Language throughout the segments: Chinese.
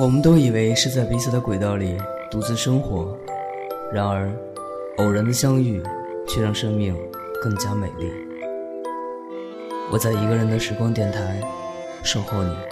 我们都以为是在彼此的轨道里独自生活，然而偶然的相遇却让生命更加美丽。我在一个人的时光电台守候你。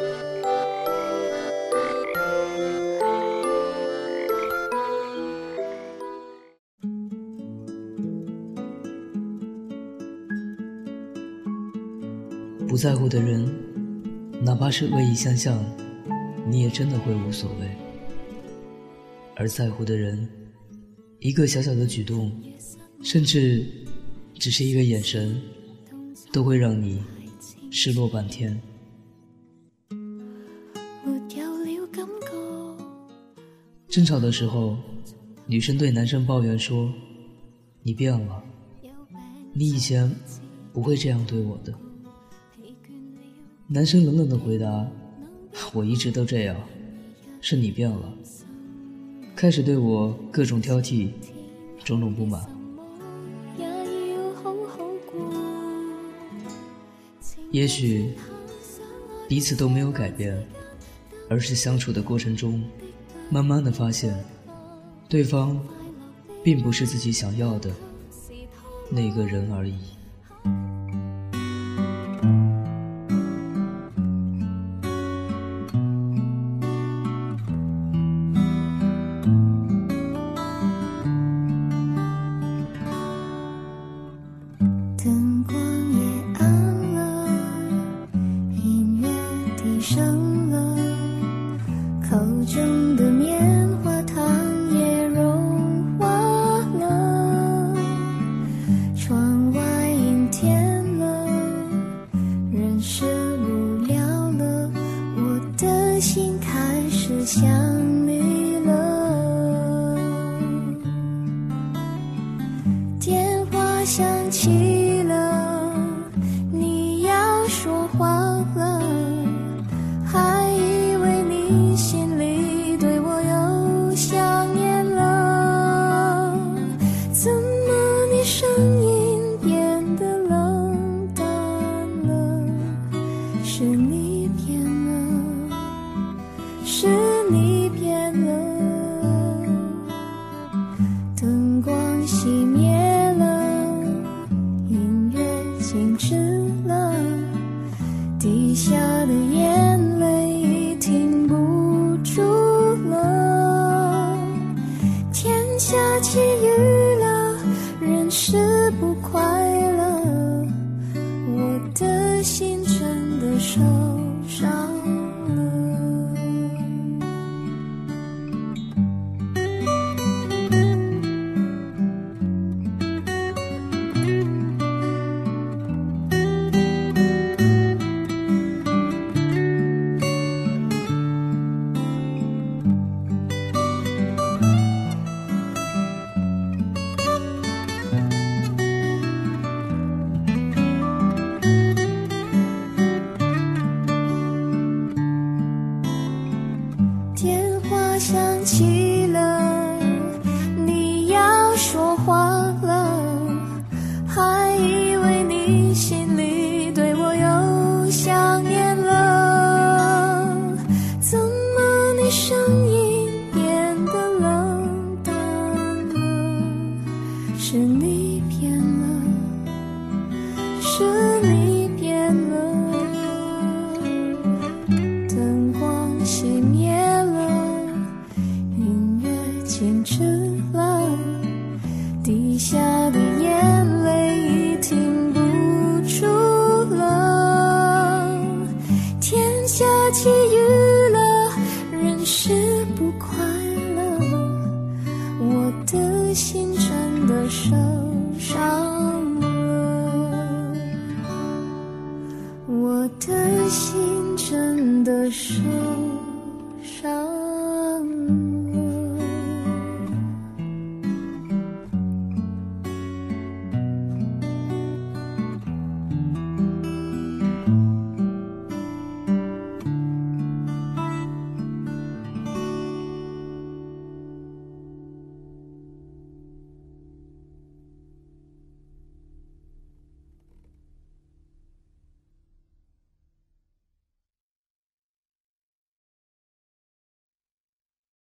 不在乎的人，哪怕是恶意相向，你也真的会无所谓。而在乎的人，一个小小的举动，甚至只是一个眼神，都会让你失落半天。争吵的时候，女生对男生抱怨说：你变了，你以前不会这样对我的。男生冷冷地回答：我一直都这样，是你变了。开始对我各种挑剔，种种不满。也许彼此都没有改变，而是相处的过程中慢慢地发现，对方并不是自己想要的那个人而已。 灯光也暗了，音乐低声了，口中的棉花糖也融化了，窗外阴天了，人是无聊了，我的心开始想你了。电话响起了，你要说话了，还以为你心里对我有想念了，怎么你声音变得冷淡了？是你变了，是你变了。灯光熄灭了，音乐静止了，滴下的眼泪已停不住了。天下起雨了，人是不快乐，我的心真的受伤了。电话响起了，你要说话了，还以为你心里对我有想念了，怎么你声音变得冷淡了？是你变了，是你变了。灯光熄灭了，音乐静止了，滴下的眼泪已停不住了。天下起雨了，人是不快乐，我的心真的受伤了，我的心真的受